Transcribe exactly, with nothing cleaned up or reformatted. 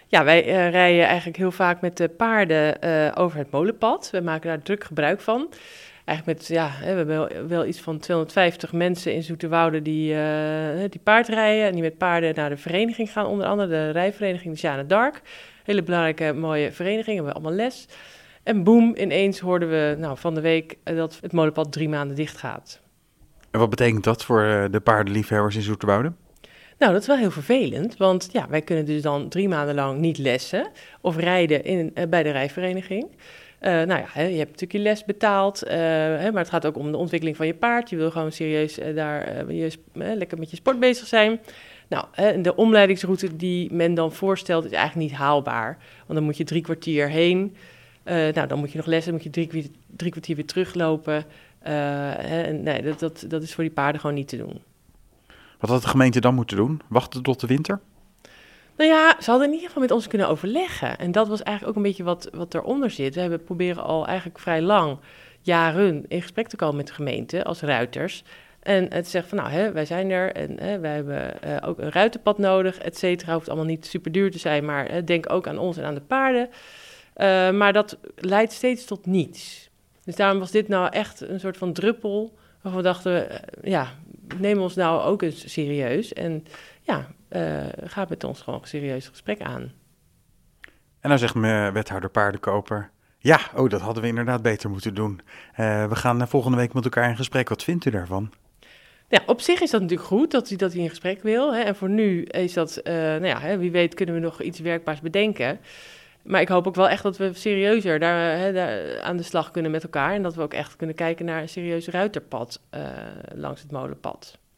Ja, wij uh, rijden eigenlijk heel vaak met de paarden uh, over het molenpad. We maken daar druk gebruik van. Eigenlijk met, ja, hè, we hebben wel, wel iets van tweehonderdvijftig mensen in Zoeterwoude die, uh, die paard rijden. En die met paarden naar de vereniging gaan, onder andere de rijvereniging de Jeanne d'Arc. Hele belangrijke, mooie vereniging, hebben we allemaal les. En boem, ineens hoorden we nou, van de week uh, dat het molenpad drie maanden dicht gaat. En wat betekent dat voor uh, de paardenliefhebbers in Zoeterwoude? Nou, dat is wel heel vervelend, want ja, wij kunnen dus dan drie maanden lang niet lessen of rijden in, uh, bij de rijvereniging. Uh, nou ja, hè, je hebt natuurlijk je les betaald, uh, hè, maar het gaat ook om de ontwikkeling van je paard. Je wil gewoon serieus uh, daar uh, je, uh, lekker met je sport bezig zijn. Nou, hè, de omleidingsroute die men dan voorstelt is eigenlijk niet haalbaar, want dan moet je drie kwartier heen. Uh, nou, dan moet je nog lessen, dan moet je drie, drie kwartier weer teruglopen. Uh, hè, nee, dat, dat, dat is voor die paarden gewoon niet te doen. Wat had de gemeente dan moeten doen? Wachten tot de winter? Nou ja, ze hadden in ieder geval met ons kunnen overleggen. En dat was eigenlijk ook een beetje wat, wat eronder zit. We hebben proberen al eigenlijk vrij lang, jaren, in gesprek te komen met de gemeente als ruiters. En het zegt van, nou, hè, wij zijn er en hè, wij hebben uh, ook een ruitenpad nodig, et cetera. Hoeft allemaal niet super duur te zijn, maar hè, denk ook aan ons en aan de paarden. Uh, maar dat leidt steeds tot niets. Dus daarom was dit nou echt een soort van druppel waarvan we dachten, uh, ja, neem ons nou ook eens serieus. En ja, uh, ga met ons gewoon een serieus gesprek aan. En dan zegt mijn wethouder paardenkoper, ja, oh, dat hadden we inderdaad beter moeten doen. Uh, we gaan volgende week met elkaar in gesprek. Wat vindt u daarvan? Ja, op zich is dat natuurlijk goed dat hij, dat hij in gesprek wil. Hè. En voor nu is dat, uh, nou ja, hè, wie weet kunnen we nog iets werkbaars bedenken. Maar ik hoop ook wel echt dat we serieuzer daar, hè, daar aan de slag kunnen met elkaar. En dat we ook echt kunnen kijken naar een serieus ruiterpad uh, langs het molenpad.